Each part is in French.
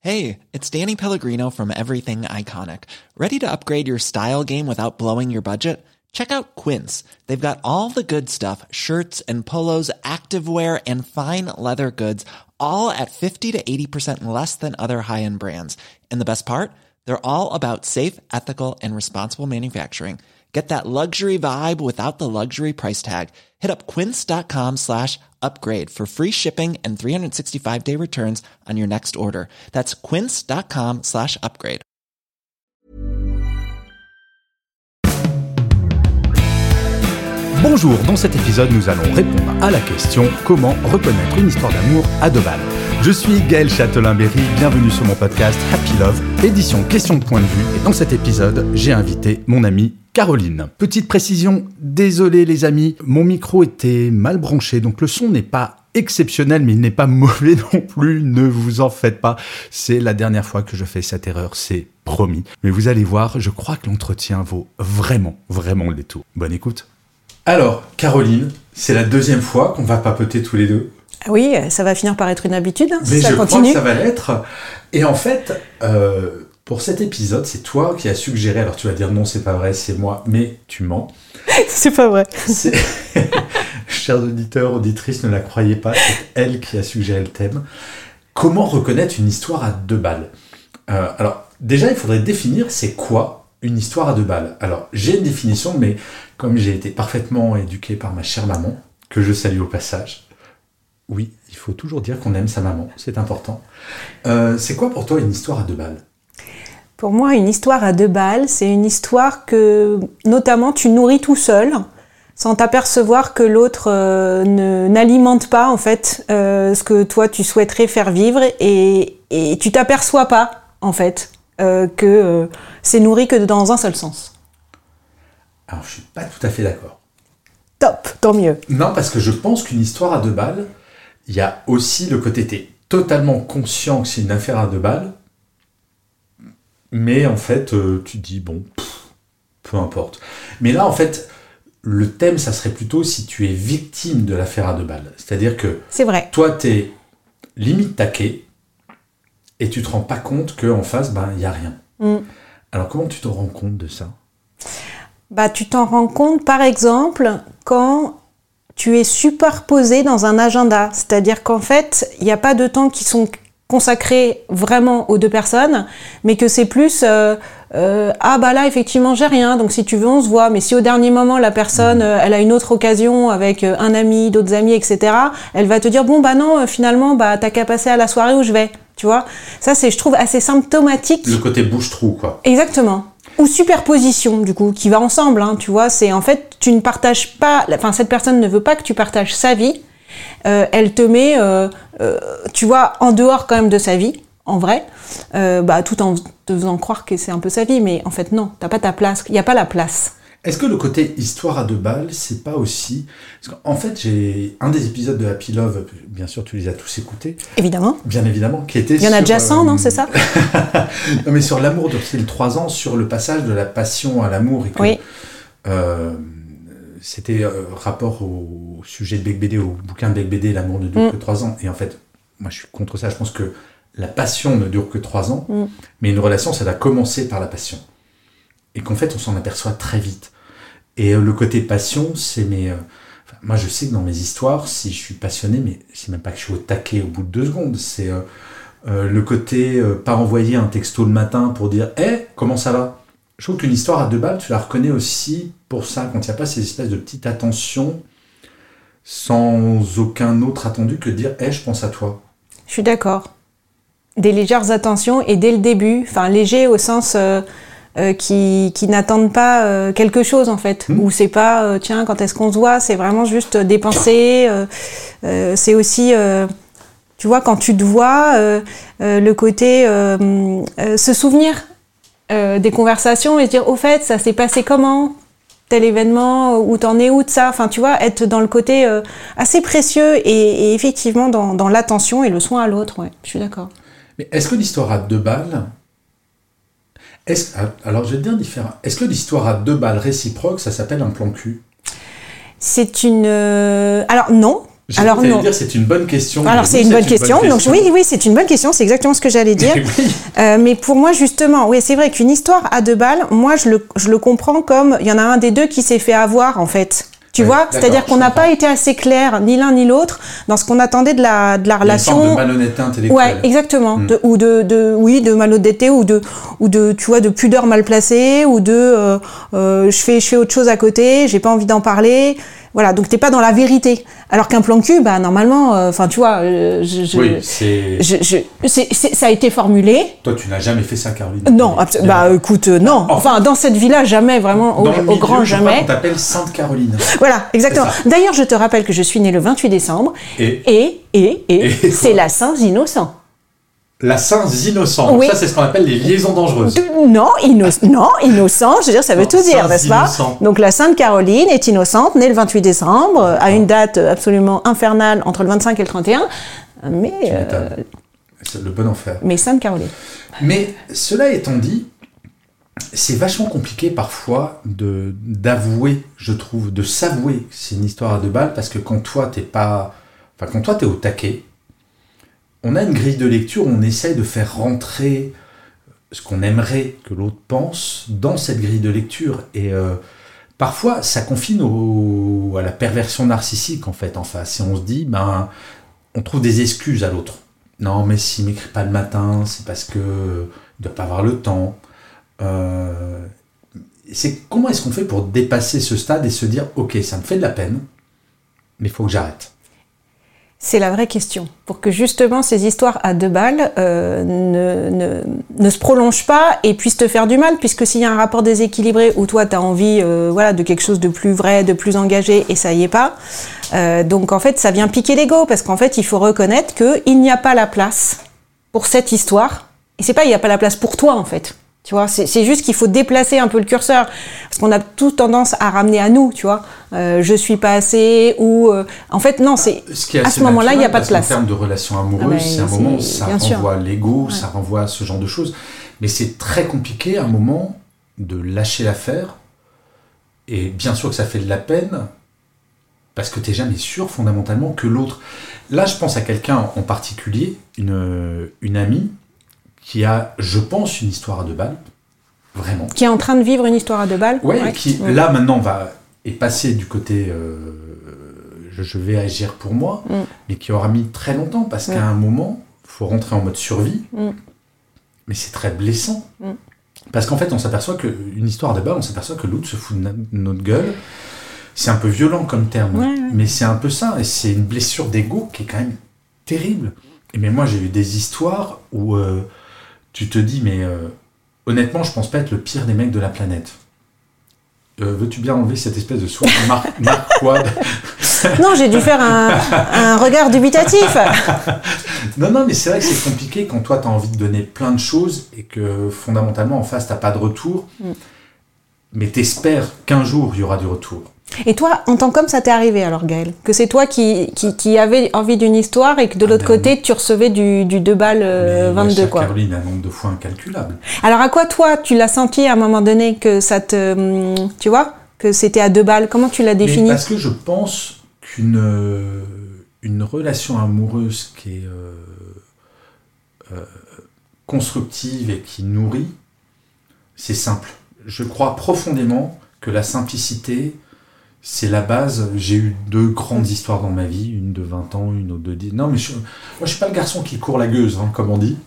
Hey, it's Danny Pellegrino from Everything Iconic. Ready to upgrade your style game without blowing your budget? Check out Quince. They've got all the good stuff, shirts and polos, activewear, and fine leather goods, all at 50 to 80% less than other high-end brands. And the best part? They're all about safe, ethical, and responsible manufacturing. Get that luxury vibe without the luxury price tag. Hit up quince.com/upgrade for free shipping and 365-day returns on your next order. That's quince.com/upgrade. Bonjour, dans cet épisode, nous allons répondre à la question « Comment reconnaître une histoire d'amour à deux balles ?» Je suis Gaël Châtelain-Berry, bienvenue sur mon podcast Happy Love, édition question de point de vue. Et dans cet épisode, j'ai invité mon amie Caroline. Petite précision, désolé les amis, mon micro était mal branché, donc le son n'est pas exceptionnel, mais il n'est pas mauvais non plus, ne vous en faites pas. C'est la dernière fois que je fais cette erreur, c'est promis. Mais vous allez voir, je crois que l'entretien vaut vraiment le détour. Bonne écoute. Alors, Caroline, c'est la deuxième fois qu'on va papoter tous les deux. Oui, ça va finir par être une habitude, hein, mais si ça je continue. crois que ça va l'être. Et en fait, pour cet épisode, c'est toi qui as suggéré, alors tu vas dire non, c'est pas vrai, c'est moi, mais tu mens. C'est pas vrai. Chers auditeurs, auditrices, ne la croyez pas, c'est elle qui a suggéré le thème. Comment reconnaître une histoire à deux balles ? Alors, déjà, il faudrait définir c'est quoi une histoire à deux balles. Alors, j'ai une définition, mais comme j'ai été parfaitement éduqué par ma chère maman, que je salue au passage, oui, il faut toujours dire qu'on aime sa maman, c'est important. C'est quoi pour toi une histoire à deux balles ? Pour moi, une histoire à deux balles, c'est une histoire que, notamment, tu nourris tout seul, sans t'apercevoir que l'autre n'alimente pas, en fait, ce que toi, tu souhaiterais faire vivre, et tu t'aperçois pas, en fait, que c'est nourri que dans un seul sens. Alors, je suis pas tout à fait d'accord. Top, tant mieux. Non, parce que je pense qu'une histoire à deux balles, il y a aussi le côté, t'es totalement conscient que c'est une affaire à deux balles, mais en fait, tu dis, bon, peu importe. Mais là, en fait, le thème, ça serait plutôt si tu es victime de l'affaire à deux balles. C'est-à-dire que c'est vrai. Toi, t'es limite taqué, et tu te rends pas compte qu'en face, il n'y a rien. Alors, comment tu te rends compte de ça ? Tu t'en rends compte, par exemple, quand tu es superposé dans un agenda. C'est-à-dire qu'en fait, il n'y a pas de temps qui sont consacrés vraiment aux deux personnes, mais que c'est plus là, effectivement, j'ai rien, donc si tu veux, on se voit. Mais si au dernier moment, la personne, elle a une autre occasion avec un ami, d'autres amis, etc., elle va te dire, non, finalement, t'as qu'à passer à la soirée où je vais. Tu vois ? Ça, c'est, je trouve, assez symptomatique. Le côté bouche-trou, quoi. Exactement. Ou superposition, du coup, qui va ensemble, hein, tu vois, c'est en fait, tu ne partages pas, cette personne ne veut pas que tu partages sa vie, elle te met, tu vois, en dehors quand même de sa vie, en vrai, tout en te faisant croire que c'est un peu sa vie, mais en fait, non, t'as pas ta place, il n'y a pas la place. Est-ce que le côté histoire à deux balles, c'est pas aussi... Parce qu'en fait, j'ai un des épisodes de Happy Love, bien sûr, tu les as tous écoutés. Évidemment. Bien évidemment, qui était Il y en a déjà 100, non, c'est ça ? Non, mais sur l'amour, c'est le 3 ans, sur le passage de la passion à l'amour. Et que, oui. C'était rapport au sujet de Bec BD, au bouquin de Bec BD, l'amour ne dure que 3 ans. Et en fait, moi, je suis contre ça. Je pense que la passion ne dure que 3 ans, mais une relation, ça doit commencer par la passion. Et qu'en fait, on s'en aperçoit très vite. Et le côté passion, c'est moi, je sais que dans mes histoires, si je suis passionné, mais c'est même pas que je suis au taquet au bout de 2 secondes, c'est le côté pas envoyer un texto le matin pour dire « Hey, comment ça va ?» Je trouve qu'une histoire à deux balles, tu la reconnais aussi pour ça, quand il n'y a pas ces espèces de petites attentions sans aucun autre attendu que de dire « Hey, je pense à toi ». Je suis d'accord. Des légères attentions et dès le début, léger au sens... qui n'attendent pas quelque chose en fait, où c'est pas tiens quand est-ce qu'on se voit, c'est vraiment juste des pensées, c'est aussi tu vois quand tu te vois le côté se souvenir des conversations et se dire au fait ça s'est passé comment tel événement, où t'en es où de ça, tu vois, être dans le côté assez précieux et effectivement dans l'attention et le soin à l'autre, ouais, je suis d'accord. Mais est-ce que l'histoire à deux balles alors, je vais te dire différent. Est-ce que l'histoire à deux balles réciproques, ça s'appelle un plan cul ? C'est une... Alors, non, Alors non. Dire c'est une bonne question. Alors c'est une bonne question. Donc oui, c'est une bonne question. C'est exactement ce que j'allais dire. Mais pour moi justement, oui, c'est vrai qu'une histoire à 2 balles, moi je le comprends comme il y en a un des deux qui s'est fait avoir en fait. Tu vois, c'est-à-dire qu'on n'a pas été assez clair ni l'un ni l'autre dans ce qu'on attendait de la relation. Une forme de malhonnêteté intellectuelle. Ouais, exactement. De malhonnêteté ou de tu vois, de pudeur mal placée ou je fais autre chose à côté, j'ai pas envie d'en parler. Voilà, donc t'es pas dans la vérité. Alors qu'un plan cul, bah normalement, enfin tu vois, ça a été formulé. Toi, tu n'as jamais fait ça, Caroline. Non, écoute, non. Enfin, dans cette vie-là, jamais, vraiment, au grand jamais. On t'appelle Sainte Caroline. Voilà, exactement. D'ailleurs, je te rappelle que je suis née le 28 décembre. Et c'est la Saint-Innocent. La Saint-Innocent. Oui. Ça, c'est ce qu'on appelle les liaisons dangereuses. Non, innocent, je veux dire, ça veut tout dire, n'est-ce pas? Donc, la Sainte Caroline est innocente, née le 28 décembre, à une date absolument infernale entre le 25 et le 31. Mais. C'est le bon enfer. Mais Sainte Caroline. Mais cela étant dit, c'est vachement compliqué parfois d'avouer, je trouve, de s'avouer que c'est une histoire à 2 balles, parce que quand toi, t'es au taquet, on a une grille de lecture où on essaye de faire rentrer ce qu'on aimerait que l'autre pense dans cette grille de lecture. Et parfois, ça confine à la perversion narcissique, en fait, en face. Et on se dit, on trouve des excuses à l'autre. Non, mais s'il m'écrit pas le matin, c'est parce que il doit pas avoir le temps. Comment est-ce qu'on fait pour dépasser ce stade et se dire, ok, ça me fait de la peine, mais il faut que j'arrête? C'est la vraie question. Pour que justement ces histoires à 2 balles ne se prolongent pas et puissent te faire du mal, puisque s'il y a un rapport déséquilibré où toi tu as envie de quelque chose de plus vrai, de plus engagé, et ça y est pas, donc en fait ça vient piquer l'ego, parce qu'en fait il faut reconnaître qu'il n'y a pas la place pour cette histoire, et c'est pas il n'y a pas la place pour toi en fait. Tu vois, c'est juste qu'il faut déplacer un peu le curseur, parce qu'on a tout tendance à ramener à nous, tu vois. Je suis pas assez, ou en fait non, c'est à ce moment-là il n'y a pas de place. En termes de relations amoureuses, c'est un moment où ça renvoie à l'ego, ça renvoie à ce genre de choses. Mais c'est très compliqué à un moment de lâcher l'affaire, et bien sûr que ça fait de la peine, parce que t'es jamais sûr fondamentalement que l'autre. Là, je pense à quelqu'un en particulier, une amie, qui a, je pense, une histoire à 2 balles, vraiment. Qui est en train de vivre une histoire à 2 balles. Ouais, qui, là, maintenant, est passé du côté je vais agir pour moi, mais qui aura mis très longtemps, parce qu'à un moment, il faut rentrer en mode survie, mais c'est très blessant. Parce qu'en fait, on s'aperçoit qu'une histoire à 2 balles, on s'aperçoit que l'autre se fout de notre gueule. C'est un peu violent comme terme, mais c'est un peu ça, et c'est une blessure d'ego qui est quand même terrible. Mais moi, j'ai eu des histoires où... tu te dis, mais honnêtement, je pense pas être le pire des mecs de la planète. Veux-tu bien enlever cette espèce de sourd Marc Quad? Non, j'ai dû faire un regard dubitatif. Non, mais c'est vrai que c'est compliqué quand toi, tu as envie de donner plein de choses et que fondamentalement, en face, tu n'as pas de retour. Mais t'espères qu'un jour, il y aura du retour. Et toi, en tant qu'homme, ça t'est arrivé alors, Gaël? Que c'est toi qui avais envie d'une histoire et que de l'autre côté, tu recevais du 2 balles 22, quoi. Caroline, un nombre de fois incalculable. Alors à quoi, toi, tu l'as senti à un moment donné que ça te... Tu vois? Que c'était à 2 balles? Comment tu l'as défini? Parce que je pense qu'une relation amoureuse qui est constructive et qui nourrit, c'est simple. Je crois profondément que la simplicité... c'est la base. J'ai eu 2 grandes histoires dans ma vie, une de 20 ans, une autre de 10. Non, mais moi, je suis pas le garçon qui court la gueuse, comme on dit.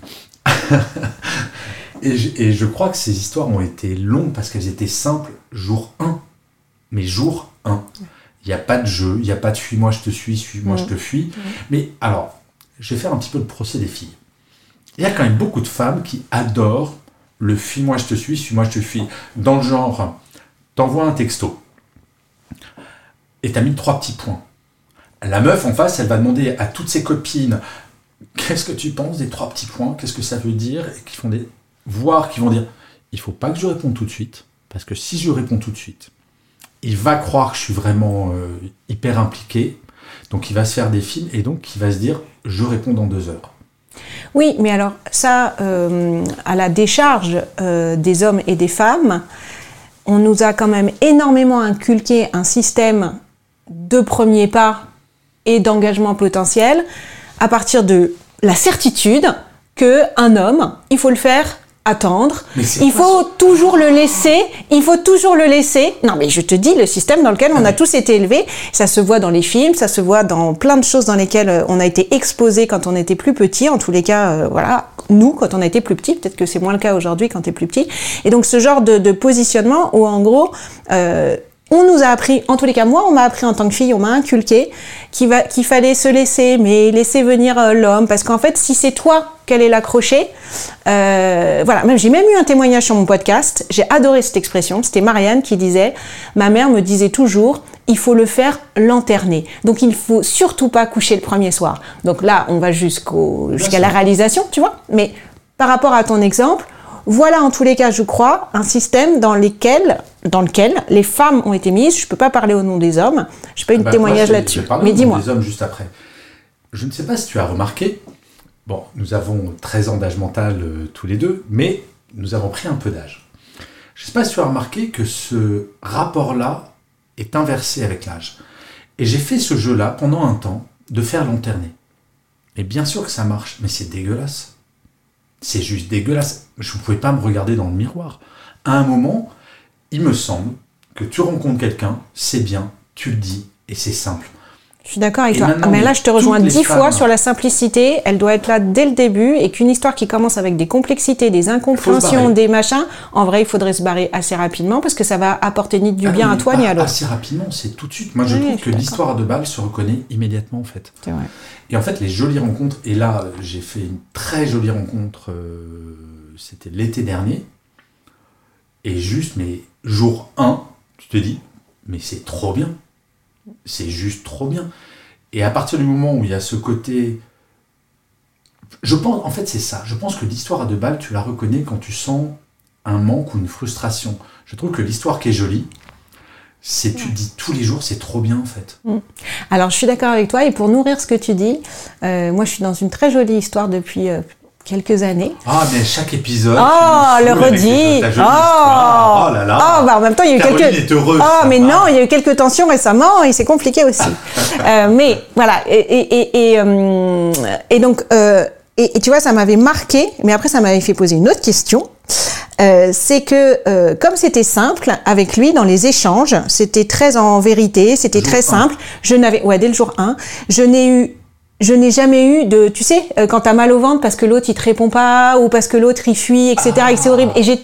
et je crois que ces histoires ont été longues parce qu'elles étaient simples, jour 1. Mais jour 1. Il n'y a pas de jeu, il n'y a pas de fuis-moi, je te suis, suis-moi, je te fuis. Mais alors, je vais faire un petit peu le procès des filles. Il y a quand même beaucoup de femmes qui adorent le fuis-moi, je te suis-moi, je te fuis. Dans le genre, t'envoies un texto. Et t'as mis 3 petits points. La meuf en face, elle va demander à toutes ses copines qu'est-ce que tu penses des 3 petits points, qu'est-ce que ça veut dire, et qui vont dire il faut pas que je réponde tout de suite, parce que si je réponds tout de suite, il va croire que je suis vraiment hyper impliqué, donc il va se faire des films, et donc il va se dire je réponds dans 2 heures. Oui, mais alors ça, à la décharge des hommes et des femmes, on nous a quand même énormément inculqué un système de premiers pas et d'engagement potentiel à partir de la certitude qu'un homme, il faut le faire attendre, il faut toujours le laisser, Non mais je te dis, le système dans lequel on a tous été élevés, ça se voit dans les films, ça se voit dans plein de choses dans lesquelles on a été exposés quand on était plus petit, en tous les cas, voilà, nous, quand on a été plus petit, peut-être que c'est moins le cas aujourd'hui quand t'es plus petit, et donc ce genre de positionnement où en gros, on nous a appris, en tous les cas, moi, on m'a appris en tant que fille, on m'a inculqué qu'il fallait se laisser, mais laisser venir l'homme, parce qu'en fait, si c'est toi qu'elle est l'accrocher, voilà. J'ai même eu un témoignage sur mon podcast. J'ai adoré cette expression. C'était Marianne qui disait, ma mère me disait toujours, il faut le faire lanterner. Donc, il faut surtout pas coucher le premier soir. Donc là, on va jusqu'à la réalisation, tu vois. Mais par rapport à ton exemple, voilà, en tous les cas, je crois, un système dans lequel les femmes ont été mises. Je peux pas parler au nom des hommes. Je n'ai pas eu de témoignage là-dessus. Mais dis-moi. Des hommes juste après. Je ne sais pas si tu as remarqué. Bon, nous avons 13 ans d'âge mental tous les deux, mais nous avons pris un peu d'âge. Je ne sais pas si tu as remarqué que ce rapport-là est inversé avec l'âge. Et j'ai fait ce jeu-là pendant un temps de faire lanterner. Et bien sûr que ça marche, mais c'est dégueulasse. C'est juste dégueulasse. Je ne pouvais pas me regarder dans le miroir. À un moment, il me semble que tu rencontres quelqu'un, c'est bien, tu le dis, et c'est simple. Je suis d'accord avec toi. Mais là, je te rejoins 10 fois sur la simplicité. Elle doit être là dès le début et qu'une histoire qui commence avec des complexités, des incompréhensions, des machins, en vrai, il faudrait se barrer assez rapidement parce que ça va apporter ni du bien à toi ni à l'autre. Assez rapidement, c'est tout de suite. Moi, je trouve que l'histoire à deux balles se reconnaît immédiatement, en fait. C'est vrai. Et en fait, les jolies rencontres, et là, j'ai fait une très jolie rencontre, c'était l'été dernier, et juste, mais jour 1, tu te dis, mais c'est trop bien. C'est juste trop bien. Et à partir du moment où il y a ce côté... Je pense, en fait, c'est ça. Je pense que l'histoire à deux balles, tu la reconnais quand tu sens un manque ou une frustration. Je trouve que l'histoire qui est jolie, tu te dis tous les jours, c'est trop bien, en fait. Alors, je suis d'accord avec toi. Et pour nourrir ce que tu dis, moi, je suis dans une très jolie histoire depuis... quelques années. Ah, mais chaque épisode. Oh, le redit. Oh là là. Oh, bah en même temps, il y a eu Caroline est heureuse. Oh, mais non, il y a eu quelques tensions récemment et c'est compliqué aussi. Mais voilà. Et donc, et tu vois, ça m'avait marqué. Mais après, ça m'avait fait poser une autre question. C'est que comme c'était simple avec lui dans les échanges, c'était très en vérité, c'était très simple. Dès le jour 1, je n'ai jamais eu de, tu sais, quand t'as mal au ventre parce que l'autre il te répond pas ou parce que l'autre il fuit, etc. Et c'est horrible. Et j'ai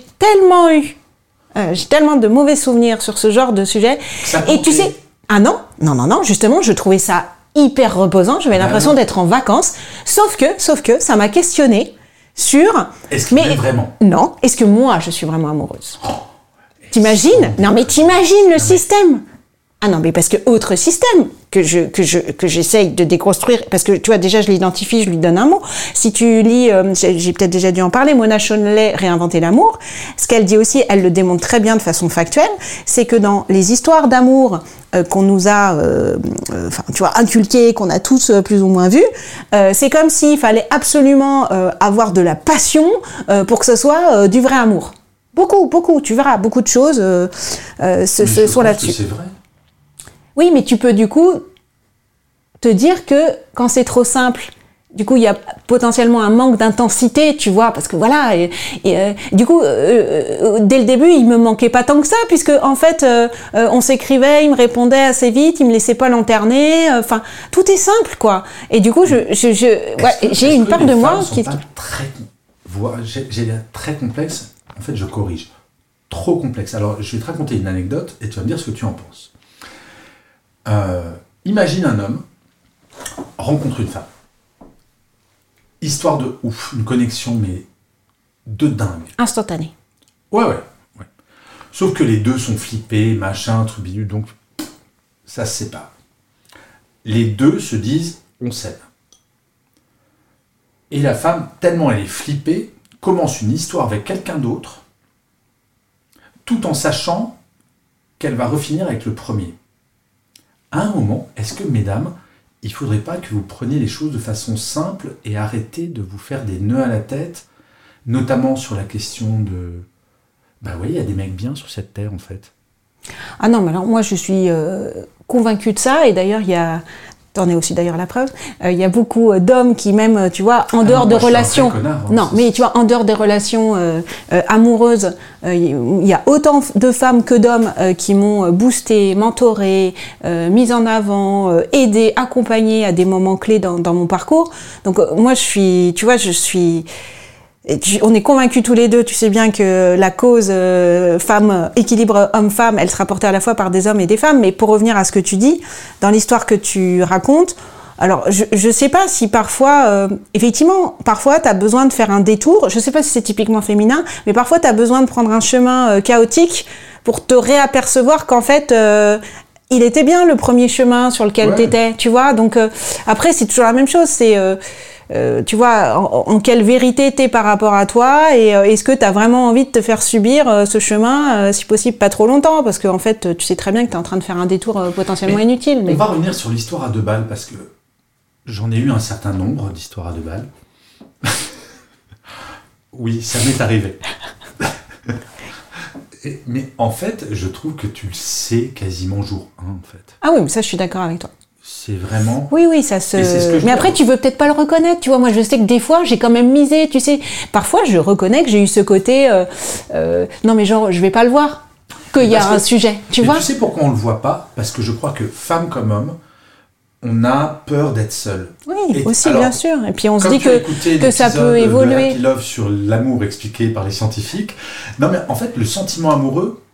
tellement de mauvais souvenirs sur ce genre de sujet. Et tu sais, non, justement, je trouvais ça hyper reposant. J'avais l'impression d'être en vacances. Sauf que ça m'a questionné sur. Est-ce qu'il est vraiment? Non. Est-ce que moi je suis vraiment amoureuse? T'imagines? Non, mais t'imagines le système? Ah non, mais parce que autre système que j'essaye de déconstruire, parce que tu vois, déjà je l'identifie, je lui donne un mot. Si tu lis, j'ai peut-être déjà dû en parler, Mona Chollet, Réinventer l'amour, ce qu'elle dit aussi, elle le démontre très bien de façon factuelle, c'est que dans les histoires d'amour qu'on nous a, tu vois, inculquées, qu'on a tous plus ou moins vues, c'est comme s'il fallait absolument avoir de la passion pour que ce soit du vrai amour. Beaucoup, tu verras, beaucoup de choses sont là-dessus. C'est vrai. Oui, mais tu peux du coup te dire que quand c'est trop simple, du coup il y a potentiellement un manque d'intensité, tu vois, parce que voilà, du coup dès le début il me manquait pas tant que ça, puisque en fait on s'écrivait, il me répondait assez vite, il me laissait pas lanterner, enfin tout est simple quoi. Et du coup j'ai une part de moi qui j'ai l'air très complexe. En fait, je corrige. Trop complexe. Alors, je vais te raconter une anecdote et tu vas me dire ce que tu en penses. Imagine un homme rencontre une femme. Histoire de ouf, une connexion, mais de dingue. Instantanée. Ouais. Sauf que les deux sont flippés, machin, truc bidule, donc ça se sépare. Les deux se disent, on s'aime. Et la femme, tellement elle est flippée, commence une histoire avec quelqu'un d'autre, tout en sachant qu'elle va refinir avec le premier. À un moment, est-ce que, mesdames, il ne faudrait pas que vous preniez les choses de façon simple et arrêtez de vous faire des nœuds à la tête, notamment sur la question de... Bah oui, il y a des mecs bien sur cette terre, en fait. Ah non, mais alors moi, je suis convaincue de ça, et d'ailleurs, il y a T'en es aussi d'ailleurs la preuve. Il y a beaucoup d'hommes qui même, tu vois, en dehors de relations... Connard, hein, non, mais tu vois, en dehors des relations amoureuses, il y a autant de femmes que d'hommes qui m'ont boosté, mentoré, mise en avant, aidé, accompagné à des moments clés dans mon parcours. Donc moi, on est convaincus tous les deux, tu sais bien que la cause équilibre homme-femme, elle sera portée à la fois par des hommes et des femmes. Mais pour revenir à ce que tu dis, dans l'histoire que tu racontes, alors je sais pas si parfois, effectivement, parfois t'as besoin de faire un détour. Je sais pas si c'est typiquement féminin, mais parfois t'as besoin de prendre un chemin chaotique pour te réapercevoir qu'en fait... il était bien le premier chemin sur lequel t'étais, tu vois. Donc après, c'est toujours la même chose. C'est, tu vois, en quelle vérité t'es par rapport à toi et est-ce que t'as vraiment envie de te faire subir ce chemin, si possible pas trop longtemps, parce qu'en fait, tu sais très bien que t'es en train de faire un détour potentiellement inutile. On va revenir sur l'histoire à 2 balles parce que j'en ai eu un certain nombre d'histoires à 2 balles. Oui, ça m'est arrivé. Mais en fait, je trouve que tu le sais quasiment jour 1, en fait. Ah oui, mais ça, je suis d'accord avec toi. C'est vraiment... Oui, ça se... Mais après, tu veux peut-être pas le reconnaître, tu vois. Moi, je sais que des fois, j'ai quand même misé, tu sais. Parfois, je reconnais que j'ai eu ce côté... non, mais genre, je vais pas le voir, qu'il y a un sujet, tu vois. Tu sais pourquoi on le voit pas ? Parce que je crois que femme comme homme, on a peur d'être seul. Oui, aussi, alors, bien sûr. Et puis on se dit que ça peut évoluer. Happy Love sur l'amour expliqué par les scientifiques. Non, mais en fait, le sentiment amoureux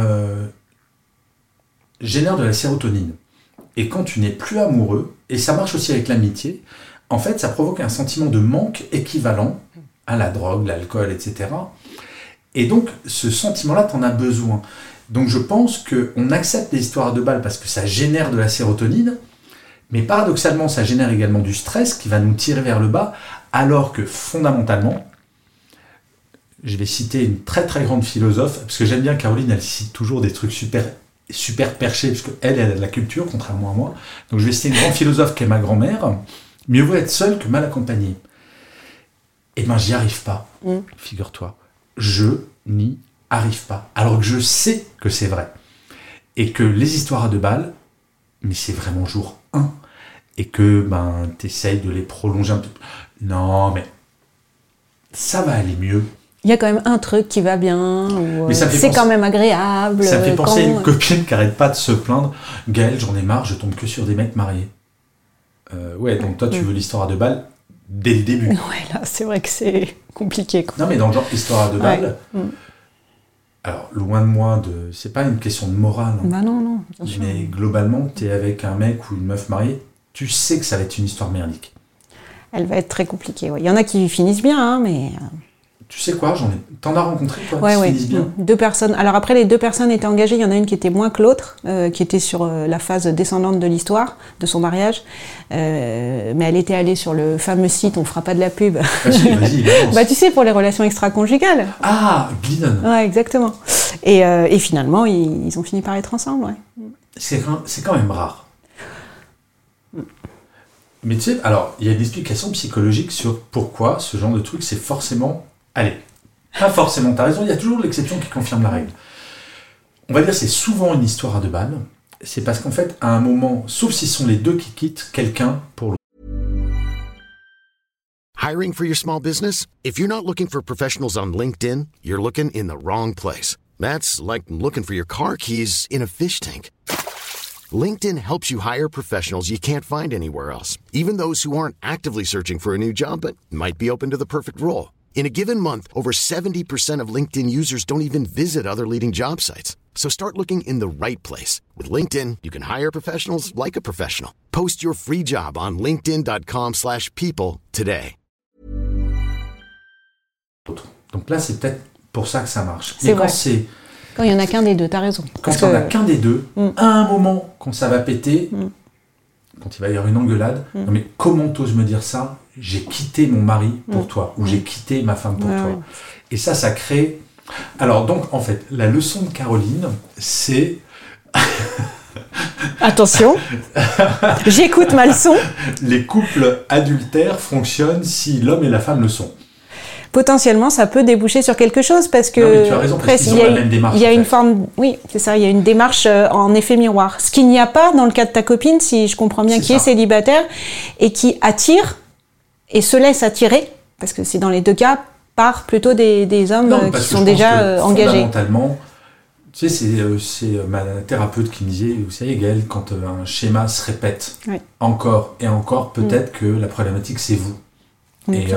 génère de la sérotonine. Et quand tu n'es plus amoureux, et ça marche aussi avec l'amitié, en fait, ça provoque un sentiment de manque équivalent à la drogue, l'alcool, etc. Et donc, ce sentiment-là, t'en as besoin. Donc, je pense qu'on accepte les histoires à 2 balles parce que ça génère de la sérotonine. Mais paradoxalement, ça génère également du stress qui va nous tirer vers le bas, alors que fondamentalement, je vais citer une très très grande philosophe, parce que j'aime bien Caroline, elle cite toujours des trucs super perchés, parce qu'elle a de la culture, contrairement à moi. Donc je vais citer une grande philosophe qui est ma grand-mère, mieux vaut être seul que mal accompagné. Eh ben j'y arrive pas, figure-toi. Je n'y arrive pas, alors que je sais que c'est vrai. Et que les histoires à 2 balles, mais c'est vraiment jour 1, et que t'essayes de les prolonger un peu. Non, mais ça va aller mieux. Il y a quand même un truc qui va bien, ou c'est quand même agréable. Ça me fait penser à une copine qui arrête pas de se plaindre. Gaëlle, j'en ai marre, je tombe que sur des mecs mariés. Ouais, donc toi, tu veux l'histoire à 2 balles dès le début. Ouais, là, c'est vrai que c'est compliqué, quoi. Non, mais dans le genre histoire à 2 balles... Alors, loin de moi, c'est pas une question de morale. Hein. Bah non, bien sûr. Mais globalement, t'es avec un mec ou une meuf mariée, tu sais que ça va être une histoire merdique. Elle va être très compliquée, ouais. Il y en a qui finissent bien, hein, mais... Tu sais quoi, t'en as rencontré, toi, qui finissent bien ? 2 personnes. Alors après, les 2 personnes étaient engagées. Il y en a une qui était moins que l'autre, qui était sur la phase descendante de l'histoire, de son mariage. Mais elle était allée sur le fameux site, on fera pas de la pub. Vas-y, bah tu sais, pour les relations extra-conjugales. Ah, Glidden. Ouais, exactement. Et finalement, ils ont fini par être ensemble, ouais. C'est quand même rare. Mais tu sais, alors, il y a une explication psychologique sur pourquoi ce genre de truc, c'est forcément... Allez, pas forcément, t'as raison, il y a toujours l'exception qui confirme la règle. On va dire que c'est souvent une histoire à 2 balles. C'est parce qu'en fait, à un moment, sauf si ce sont les 2 qui quittent quelqu'un pour l'autre. Hiring for your small business? If you're not looking for professionals on LinkedIn, you're looking in the wrong place. That's like looking for your car keys in a fish tank. LinkedIn helps you hire professionals you can't find anywhere else, even those who aren't actively searching for a new job but might be open to the perfect role. In a given month, over 70% of LinkedIn users don't even visit other leading job sites. So start looking in the right place. With LinkedIn, you can hire professionals like a professional. Post your free job on linkedin.com/people today. Donc là, c'est peut-être pour ça que ça marche. C'est vrai. Quand il n'y en a qu'un des 2, t'as raison. Quand il n'y en a qu'un des 2, à un moment, quand ça va péter, quand il va y avoir une engueulade, non mais comment t'oses me dire ça ? J'ai quitté mon mari pour toi, ou j'ai quitté ma femme pour toi. Et ça crée... Alors donc, en fait, la leçon de Caroline, c'est... Attention, j'écoute ma leçon. Les couples adultères fonctionnent si l'homme et la femme le sont. potentiellement, ça peut déboucher sur quelque chose parce que... Non, mais tu as raison, parce qu'ils ont la même démarche. Il y a une forme... Oui, c'est ça, il y a une démarche en effet miroir. Ce qu'il n'y a pas dans le cas de ta copine, si je comprends bien, qui est célibataire et qui attire et se laisse attirer, parce que c'est dans les deux cas, par plutôt des hommes qui sont déjà engagés. Fondamentalement, tu sais, c'est ma thérapeute qui me disait, vous savez Gaëlle, quand un schéma se répète encore et encore, peut-être que la problématique c'est vous. Et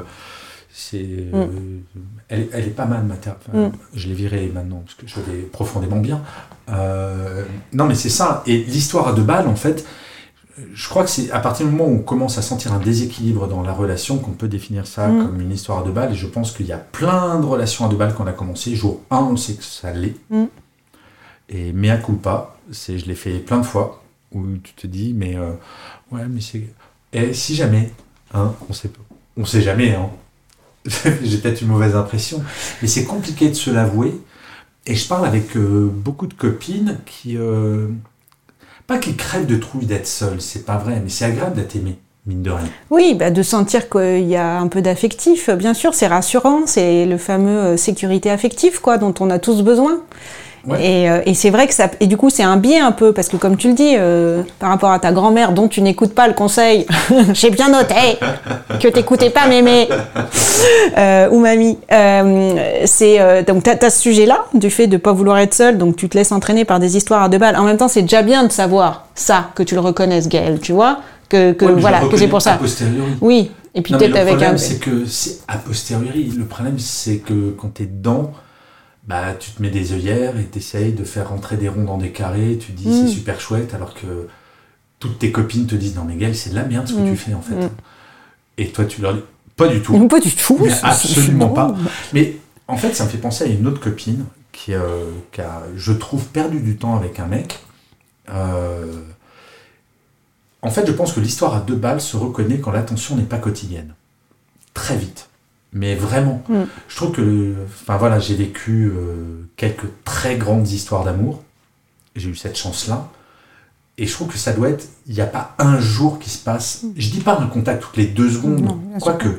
elle est pas mal ma thérapeute. Je l'ai virée maintenant parce que je l'ai profondément bien. Non mais c'est ça. Et l'histoire à deux balles, en fait, je crois que c'est à partir du moment où on commence à sentir un déséquilibre dans la relation qu'on peut définir ça comme une histoire à deux balles. Et je pense qu'il y a plein de relations à deux balles qu'on a commencé. Jour 1, on sait que ça l'est. Et mea culpa, je l'ai fait plein de fois, où tu te dis, mais ouais, mais c'est... Et si jamais, hein, on sait jamais, hein. J'ai peut-être une mauvaise impression, mais c'est compliqué de se l'avouer. Et je parle avec beaucoup de copines qui... pas qui crèvent de trouille d'être seules, c'est pas vrai, mais c'est agréable d'être aimé, mine de rien. Oui, de sentir qu'il y a un peu d'affectif, bien sûr, c'est rassurant, c'est le fameux sécurité affective, quoi, dont on a tous besoin. Ouais. Et c'est vrai que ça, et du coup c'est un biais un peu, parce que comme tu le dis, par rapport à ta grand-mère dont tu n'écoutes pas le conseil, j'ai bien noté que t'écoutais pas mémé ou mamie, donc t'as ce sujet-là du fait de pas vouloir être seule, donc tu te laisses entraîner par des histoires à deux balles. En même temps, c'est déjà bien de savoir ça, que tu le reconnaisses, Gaëlle, tu vois, que c'est pour ça. A posteriori. Oui, et puis peut-être avec un. Le problème c'est que c'est a posteriori. Le problème c'est que quand t'es dedans, bah, tu te mets des œillères et t'essayes de faire rentrer des ronds dans des carrés, tu te dis c'est super chouette, alors que toutes tes copines te disent non mais Gaëlle, c'est de la merde ce que tu fais en fait. Et toi tu leur dis pas du tout. Pas du tout. Mais absolument pas. Mais en fait ça me fait penser à une autre copine qui a, je trouve, perdu du temps avec un mec. En fait je pense que l'histoire à deux balles se reconnaît quand l'attention n'est pas quotidienne. Très vite. Mais vraiment, je trouve que, j'ai vécu quelques très grandes histoires d'amour. J'ai eu cette chance-là. Et je trouve que ça doit être, il n'y a pas un jour qui se passe. Je dis pas un contact toutes les 2 secondes, quoique.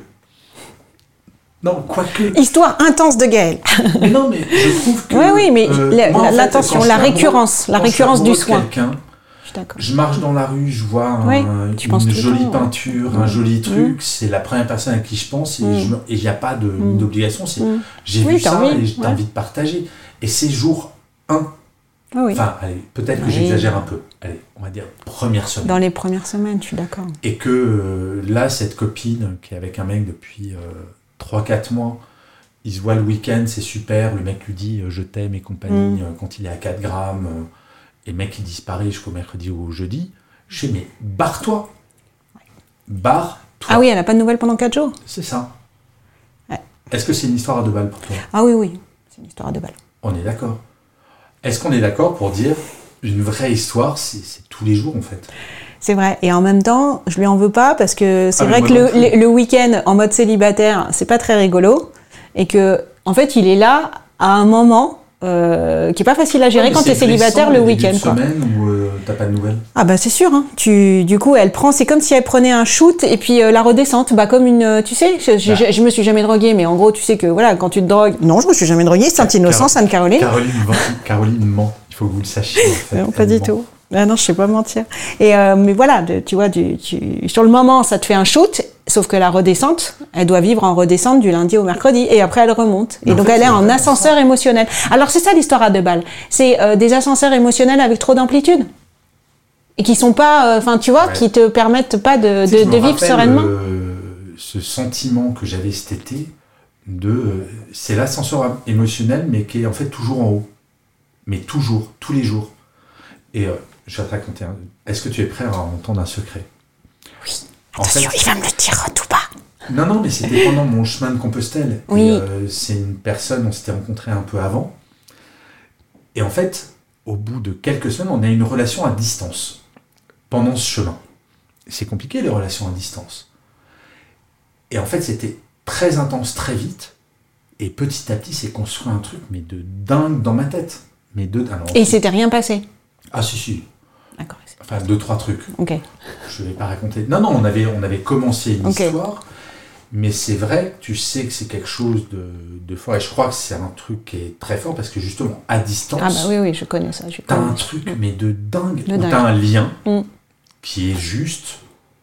Histoire intense de Gaëlle. Mais non, mais je trouve que. Oui, mais l'attention, la récurrence du soin. Je marche dans la rue, je vois une jolie peinture, un joli truc, c'est la première personne à qui je pense et il n'y a pas d'obligation, c'est j'ai vu ça et j'ai envie de partager. Et c'est jour 1. Enfin, allez, peut-être que j'exagère un peu. Allez, on va dire première semaine. Dans les premières semaines, je suis d'accord. Et que là, cette copine qui est avec un mec depuis 3-4 mois, il se voit le week-end, c'est super, le mec lui dit je t'aime et compagnie quand il est à 4 grammes. Et le mec, il disparaît jusqu'au mercredi ou au jeudi. Je dis, mais barre-toi. Barre-toi. Ah oui, elle n'a pas de nouvelles pendant 4 jours. C'est ça. Ouais. Est-ce que c'est une histoire à deux balles pour toi ? Ah oui, c'est une histoire à deux balles. On est d'accord. Est-ce qu'on est d'accord pour dire, une vraie histoire, c'est tous les jours en fait ? C'est vrai. Et en même temps, je lui en veux pas parce que c'est vrai que le week-end en mode célibataire, c'est pas très rigolo. Et que, en fait, il est là à un moment... qui est pas facile à gérer quand t'es célibataire le week-end. Une semaine où t'as pas de nouvelles. Ah bah c'est sûr. Hein. Du coup, c'est comme si elle prenait un shoot et puis la redescente, comme une, tu sais, je me suis jamais droguée, mais en gros, tu sais que voilà, quand tu te drogues, non, je me suis jamais droguée, Saint-Innocent, Sainte-Caroline. Caroline ment. Il faut que vous le sachiez. En fait. Non, pas du tout. Ah non, je sais pas mentir. Et mais voilà, tu vois, sur le moment, ça te fait un shoot. Sauf que la redescente, elle doit vivre en redescente du lundi au mercredi et après elle remonte. Et donc elle est en ascenseur émotionnel. Alors c'est ça l'histoire à deux balles. C'est des ascenseurs émotionnels avec trop d'amplitude. Et qui sont pas, tu vois, qui te permettent pas de vivre sereinement. Ce sentiment que j'avais cet été, c'est l'ascenseur émotionnel mais qui est en fait toujours en haut. Mais toujours, tous les jours. Et je vais te raconter Est-ce que tu es prêt à entendre un secret ? Oui. Attention, il va me le dire tout bas. Non, mais c'était pendant mon chemin de Compostelle. Oui. Et, c'est une personne, on s'était rencontrés un peu avant. Et en fait, au bout de quelques semaines, on a une relation à distance. Pendant ce chemin. C'est compliqué, les relations à distance. Et en fait, c'était très intense, très vite. Et petit à petit, c'est construit un truc, mais de dingue dans ma tête. Et il s'était rien passé ? Ah si. D'accord. Enfin, 2-3 trucs. Ok. Je ne vais pas raconter. Non, on avait commencé une histoire, Mais c'est vrai que tu sais que c'est quelque chose de fort. Et je crois que c'est un truc qui est très fort parce que justement, à distance... Ah bah oui, je connais ça. T'as un truc, mais de dingue. T'as un lien qui est juste...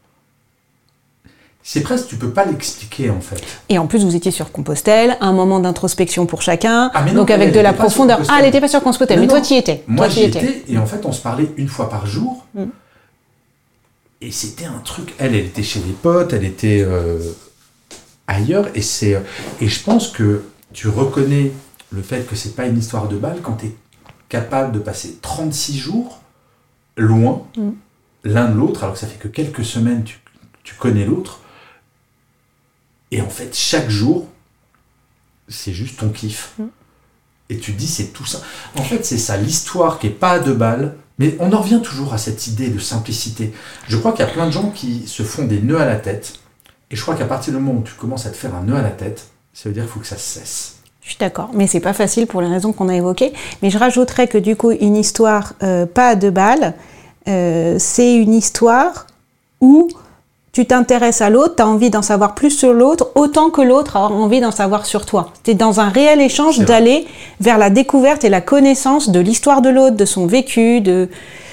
C'est presque, tu peux pas l'expliquer en fait. Et en plus, vous étiez sur Compostelle, un moment d'introspection pour chacun, non, donc avec de la profondeur. Ah, elle n'était pas sur Compostelle, mais toi, tu y étais. Moi, j'y étais, et en fait, on se parlait une fois par jour. Et c'était un truc... Elle était chez des potes, elle était ailleurs, et je pense que tu reconnais le fait que c'est pas une histoire de balle quand tu es capable de passer 36 jours loin, l'un de l'autre, alors que ça fait que quelques semaines, tu connais l'autre. Et en fait, chaque jour, c'est juste ton kiff. Et tu te dis, c'est tout ça. En fait, c'est ça, l'histoire qui n'est pas à deux balles. Mais on en revient toujours à cette idée de simplicité. Je crois qu'il y a plein de gens qui se font des nœuds à la tête. Et je crois qu'à partir du moment où tu commences à te faire un nœud à la tête, ça veut dire qu'il faut que ça cesse. Je suis d'accord, mais c'est pas facile pour les raisons qu'on a évoquées. Mais je rajouterais que du coup, une histoire pas à deux balles, c'est une histoire où... tu t'intéresses à l'autre, tu as envie d'en savoir plus sur l'autre, autant que l'autre a envie d'en savoir sur toi. Tu es dans un réel échange d'aller vers la découverte et la connaissance de l'histoire de l'autre, de son vécu, de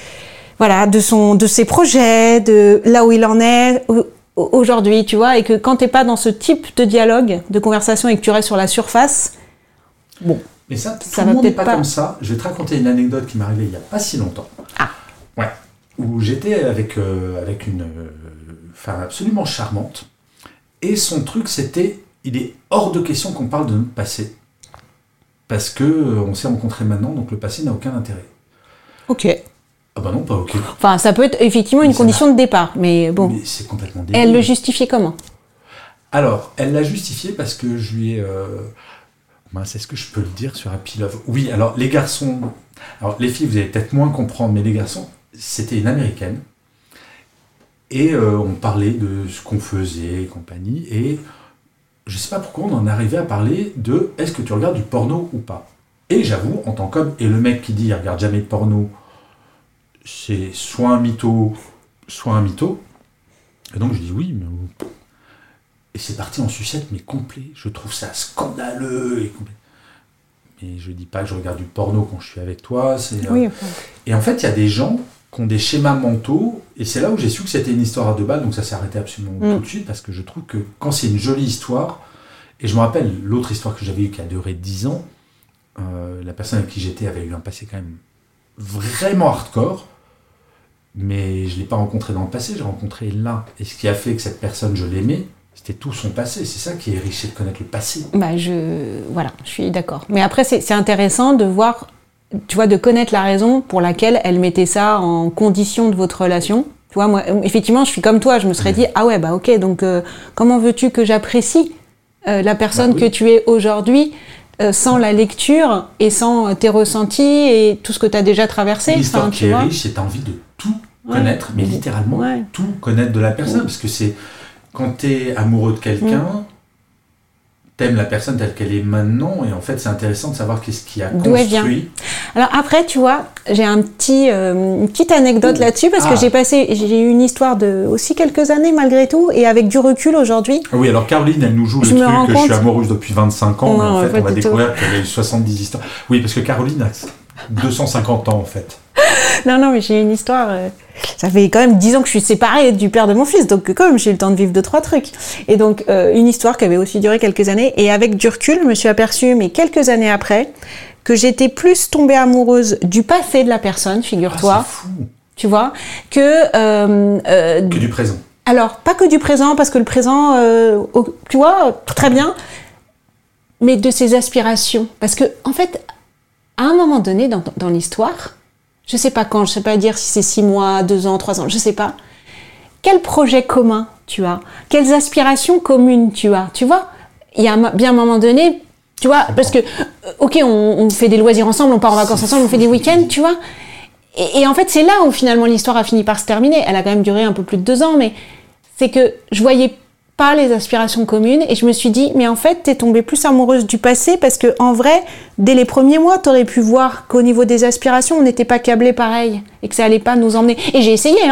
ses projets, de là où il en est aujourd'hui, tu vois, et que quand t'es pas dans ce type de dialogue, de conversation et que tu restes sur la surface, bon. Mais ça tout le monde n'est pas comme ça. Je vais te raconter une anecdote qui m'est arrivée il y a pas si longtemps. Ah. Ouais. Où j'étais avec une femme absolument charmante. Et son truc, c'était, il est hors de question qu'on parle de notre passé. Parce qu'on s'est rencontrés maintenant, donc le passé n'a aucun intérêt. Ok. Ah bah non, pas ok. Enfin, ça peut être effectivement une condition de départ, mais bon. Mais c'est complètement débile. Et elle le justifiait comment ? Alors, elle l'a justifié parce que je lui ai... est-ce que je peux le dire sur Happy Love ? Oui, alors les garçons... Alors les filles, vous allez peut-être moins comprendre, mais les garçons, c'était une Américaine. Et on parlait de ce qu'on faisait et compagnie. Et je sais pas pourquoi on en est arrivé à parler de est-ce que tu regardes du porno ou pas ? Et j'avoue, en tant qu'homme, et le mec qui dit il regarde jamais de porno, c'est soit un mytho, soit un mytho. Et donc je dis oui, mais... Et c'est parti en sucette, mais complet. Je trouve ça scandaleux et complet. Mais je dis pas que je regarde du porno quand je suis avec toi. Oui. Et en fait, il y a des gens qui ont des schémas mentaux, et c'est là où j'ai su que c'était une histoire à deux balles, donc ça s'est arrêté absolument tout de suite, parce que je trouve que quand c'est une jolie histoire, et je me rappelle l'autre histoire que j'avais eue qui a duré 10 ans, la personne avec qui j'étais avait eu un passé quand même vraiment hardcore, mais je ne l'ai pas rencontré dans le passé, j'ai rencontré là, et ce qui a fait que cette personne, je l'aimais, c'était tout son passé. C'est ça qui est riche, c'est de connaître le passé. Voilà, je suis d'accord. Mais après, c'est intéressant de voir, tu vois, de connaître la raison pour laquelle elle mettait ça en condition de votre relation. Tu vois, moi, effectivement, je suis comme toi, je me serais dit, ah ouais, bah ok, donc comment veux-tu que j'apprécie la personne que tu es aujourd'hui sans la lecture et sans tes ressentis et tout ce que tu as déjà traversé. L'histoire qui est riche, c'est envie de tout connaître, mais littéralement tout connaître de la personne, parce que c'est quand t'es amoureux de quelqu'un, t'aimes la personne telle qu'elle est maintenant, et en fait c'est intéressant de savoir qu'est-ce qui a d'où elle vient. Alors après, tu vois, j'ai une petite anecdote là-dessus, parce que j'ai eu une histoire de aussi quelques années malgré tout, et avec du recul aujourd'hui. Oui, alors Caroline, elle nous joue le truc que je suis amoureuse depuis 25 ans, mais en fait on va découvrir qu'elle a eu 70 histoires. Oui, parce que Caroline a 250 ans en fait. Non, mais j'ai une histoire... ça fait quand même 10 ans que je suis séparée du père de mon fils, donc quand même j'ai eu le temps de vivre 2-3 trucs. Et donc une histoire qui avait aussi duré quelques années, et avec du recul, je me suis aperçue, mais quelques années après, que j'étais plus tombée amoureuse du passé de la personne, figure-toi. C'est fou. Tu vois, que du présent. Alors, pas que du présent, parce que le présent, tu vois, très bien, mais de ses aspirations. Parce que, en fait, à un moment donné dans l'histoire, je sais pas quand, je sais pas dire si c'est 6 mois, 2 ans, 3 ans, je sais pas. Quel projet commun tu as ? Quelles aspirations communes tu as ? Tu vois ? Il y a bien un moment donné, tu vois, parce que, ok, on fait des loisirs ensemble, on part en vacances ensemble, on fait des week-ends, tu vois ? Et en fait, c'est là où finalement l'histoire a fini par se terminer. Elle a quand même duré un peu plus de 2 ans, mais c'est que je voyais pas les aspirations communes, et je me suis dit, mais en fait, t'es tombée plus amoureuse du passé, parce que en vrai, dès les premiers mois, t'aurais pu voir qu'au niveau des aspirations, on n'était pas câblés pareil, et que ça allait pas nous emmener. Et j'ai essayé, hein.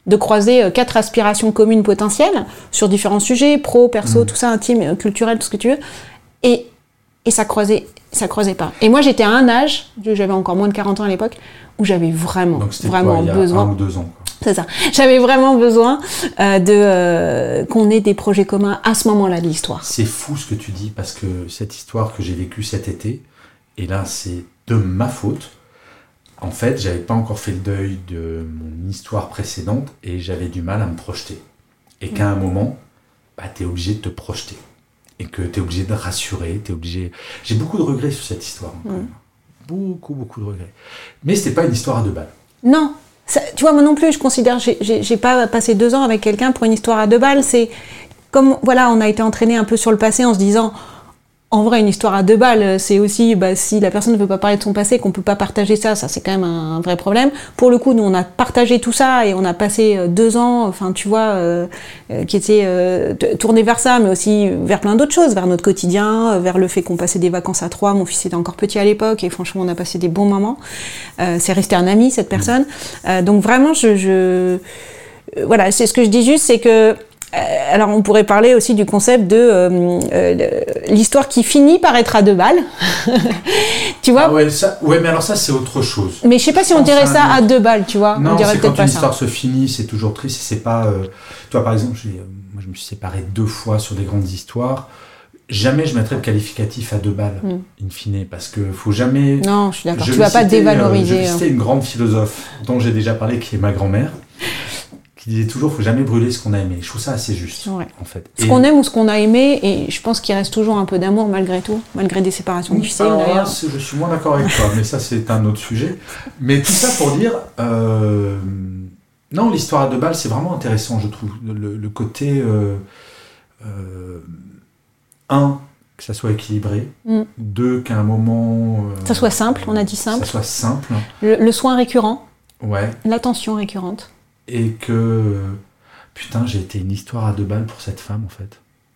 de croiser 4 aspirations communes potentielles sur différents sujets, pro, perso, tout ça, intime, culturel, tout ce que tu veux. Et ça croisait pas. Et moi, j'étais à un âge, j'avais encore moins de 40 ans à l'époque, où j'avais vraiment besoin. 1 ou 2 ans, quoi. C'est ça. J'avais vraiment besoin qu'on ait des projets communs à ce moment-là de l'histoire. C'est fou ce que tu dis, parce que cette histoire que j'ai vécue cet été, et là, c'est de ma faute. En fait, j'avais pas encore fait le deuil de mon histoire précédente, et j'avais du mal à me projeter. Et qu'à un moment, t'es obligé de te projeter. Et que t'es obligé de rassurer, J'ai beaucoup de regrets sur cette histoire, quand même. Beaucoup de regrets. Mais c'était pas une histoire à 2 balles. Non. Ça, tu vois, moi non plus, je considère, j'ai pas passé 2 ans avec quelqu'un pour une histoire à 2 balles. C'est comme, voilà, on a été entraîné un peu sur le passé en se disant, en vrai, une histoire à 2 balles, c'est aussi, si la personne ne veut pas parler de son passé, qu'on peut pas partager ça c'est quand même un vrai problème. Pour le coup, nous, on a partagé tout ça et on a passé 2 ans, enfin, tu vois, qui étaient tournés vers ça, mais aussi vers plein d'autres choses, vers notre quotidien, vers le fait qu'on passait des vacances à 3. Mon fils était encore petit à l'époque et franchement, on a passé des bons moments. C'est resté un ami, cette personne. Donc vraiment, voilà, c'est ce que je dis juste, c'est que alors on pourrait parler aussi du concept de l'histoire qui finit par être à 2 balles. Tu vois ? Mais alors ça c'est autre chose. Mais je sais pas si on dirait ça à 2 balles, tu vois. Non, on dirait c'est peut-être quand une histoire se finit, c'est toujours triste. C'est pas. Toi par exemple, moi je me suis séparé 2 fois sur des grandes histoires. Jamais je mettrais le qualificatif à 2 balles, in fine, parce que faut jamais. Non, je suis d'accord. Tu vas pas dévaloriser. Je citais une grande philosophe dont j'ai déjà parlé, qui est ma grand-mère, qui disait toujours, faut jamais brûler ce qu'on a aimé. Je trouve ça assez juste, en fait. Ce qu'on aime ou ce qu'on a aimé, et je pense qu'il reste toujours un peu d'amour malgré tout, malgré des séparations difficiles d'ailleurs. Je suis moins d'accord avec toi, mais ça c'est un autre sujet. Mais tout ça pour dire, non, l'histoire à 2 balles, c'est vraiment intéressant, je trouve. Le côté, 1, que ça soit équilibré, 2, qu'à un moment... ça soit simple, on a dit simple. Ça soit simple. Le soin récurrent. Ouais. L'attention récurrente. Et que, putain, j'ai été une histoire à 2 balles pour cette femme, en fait.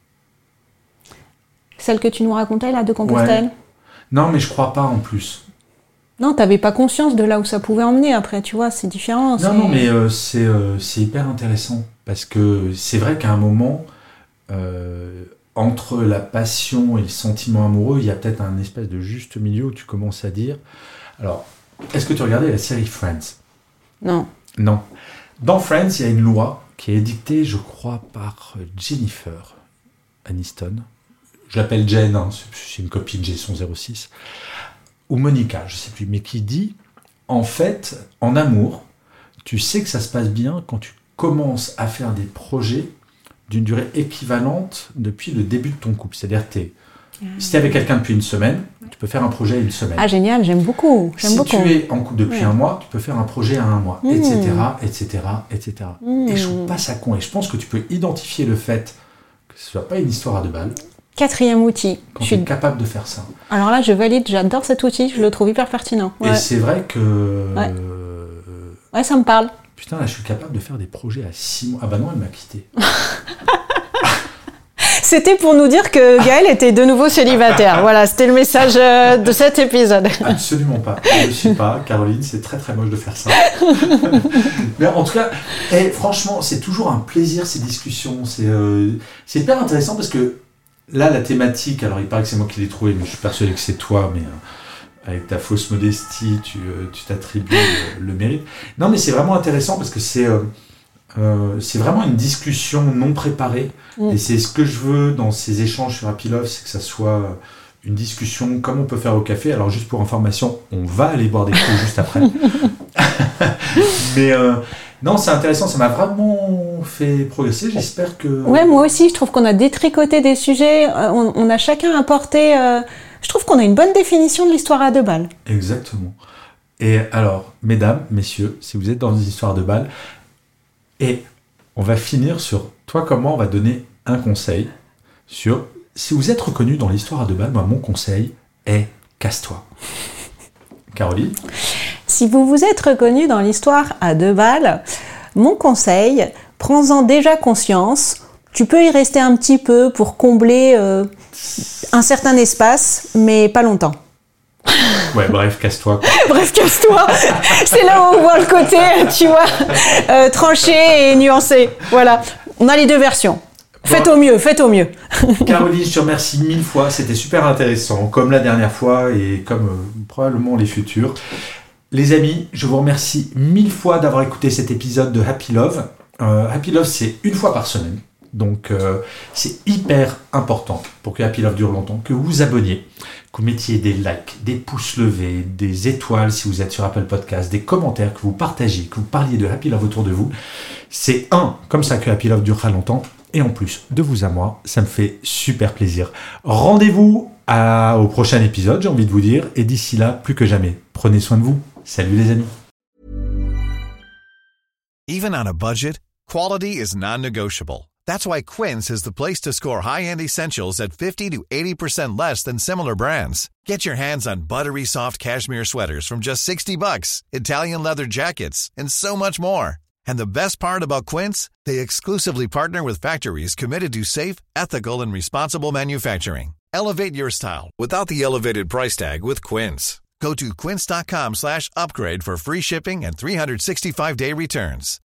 Celle que tu nous racontais, là, de Compostelle ? Ouais. Non, mais je crois pas, en plus. Non, t'avais pas conscience de là où ça pouvait emmener, après, tu vois, c'est différent. Non, mais c'est hyper intéressant, parce que c'est vrai qu'à un moment, entre la passion et le sentiment amoureux, il y a peut-être un espèce de juste milieu où tu commences à dire... Alors, est-ce que tu regardais la série Friends ? Non. Non. Dans Friends, il y a une loi qui est édictée, je crois, par Jennifer Aniston. Je l'appelle Jen, c'est une copine de Jason 06. Ou Monica, je ne sais plus, mais qui dit, en fait, en amour, tu sais que ça se passe bien quand tu commences à faire des projets d'une durée équivalente depuis le début de ton couple. C'est-à-dire que si tu es avec quelqu'un depuis 1 semaine, tu peux faire un projet à 1 semaine. Ah génial, j'aime beaucoup. Si tu es en couple depuis 1 mois, tu peux faire un projet à 1 mois, etc. Et je trouve pas ça con. Et je pense que tu peux identifier le fait que ce soit pas une histoire à 2 balles. 4e outil. Quand tu es capable de faire ça. Alors là, je valide, j'adore cet outil, je le trouve hyper pertinent. Ouais. Et c'est vrai que... Ouais, ça me parle. Putain, là, je suis capable de faire des projets à 6 mois. Ah bah non, elle m'a quitté. C'était pour nous dire que Gaël était de nouveau célibataire. Voilà, c'était le message de cet épisode. Absolument pas. Je ne le suis pas, Caroline, c'est très très moche de faire ça. Mais en tout cas, franchement, c'est toujours un plaisir ces discussions. C'est hyper intéressant parce que là, la thématique, alors il paraît que c'est moi qui l'ai trouvé, mais je suis persuadé que c'est toi, mais avec ta fausse modestie, tu t'attribues le mérite. Non, mais c'est vraiment intéressant parce que c'est vraiment une discussion non préparée. Et c'est ce que je veux dans ces échanges sur Happy Love, c'est que ça soit une discussion comme on peut faire au café. Alors juste pour information, on va aller boire des coups juste après. Mais non, c'est intéressant, ça m'a vraiment fait progresser, j'espère que... Ouais, moi aussi, je trouve qu'on a détricoté des sujets, on a chacun apporté... Je trouve qu'on a une bonne définition de l'histoire à 2 balles. Exactement. Et alors, mesdames, messieurs, si vous êtes dans une histoire à 2 balles, et on va finir sur toi, comment on va donner un conseil sur si vous êtes reconnu dans l'histoire à 2 balles, moi, mon conseil est casse-toi. Caroline ? Si vous vous êtes reconnu dans l'histoire à 2 balles, mon conseil, prends-en déjà conscience. Tu peux y rester un petit peu pour combler un certain espace, mais pas longtemps. Ouais, bref, casse-toi. Bref, casse-toi. C'est là où on voit le côté, tu vois, tranché et nuancé. Voilà. On a les deux versions. Faites au mieux. Caroline, je te remercie 1000 fois. C'était super intéressant, comme la dernière fois et comme probablement les futurs. Les amis, je vous remercie 1000 fois d'avoir écouté cet épisode de Happy Love. Happy Love, c'est une fois par semaine. Donc, c'est hyper important pour que Happy Love dure longtemps, que vous vous abonniez, que vous mettiez des likes, des pouces levés, des étoiles si vous êtes sur Apple Podcast, des commentaires, que vous partagiez, que vous parliez de Happy Love autour de vous. C'est comme ça que Happy Love durera longtemps. Et en plus, de vous à moi, ça me fait super plaisir. Rendez-vous au prochain épisode, j'ai envie de vous dire. Et d'ici là, plus que jamais, prenez soin de vous. Salut les amis. Even on a budget, quality is non-negotiable. That's why Quince is the place to score high-end essentials at 50 to 80% less than similar brands. Get your hands on buttery soft cashmere sweaters from just $60, Italian leather jackets, and so much more. And the best part about Quince, they exclusively partner with factories committed to safe, ethical, and responsible manufacturing. Elevate your style without the elevated price tag with Quince. Go to quince.com/upgrade for free shipping and 365-day returns.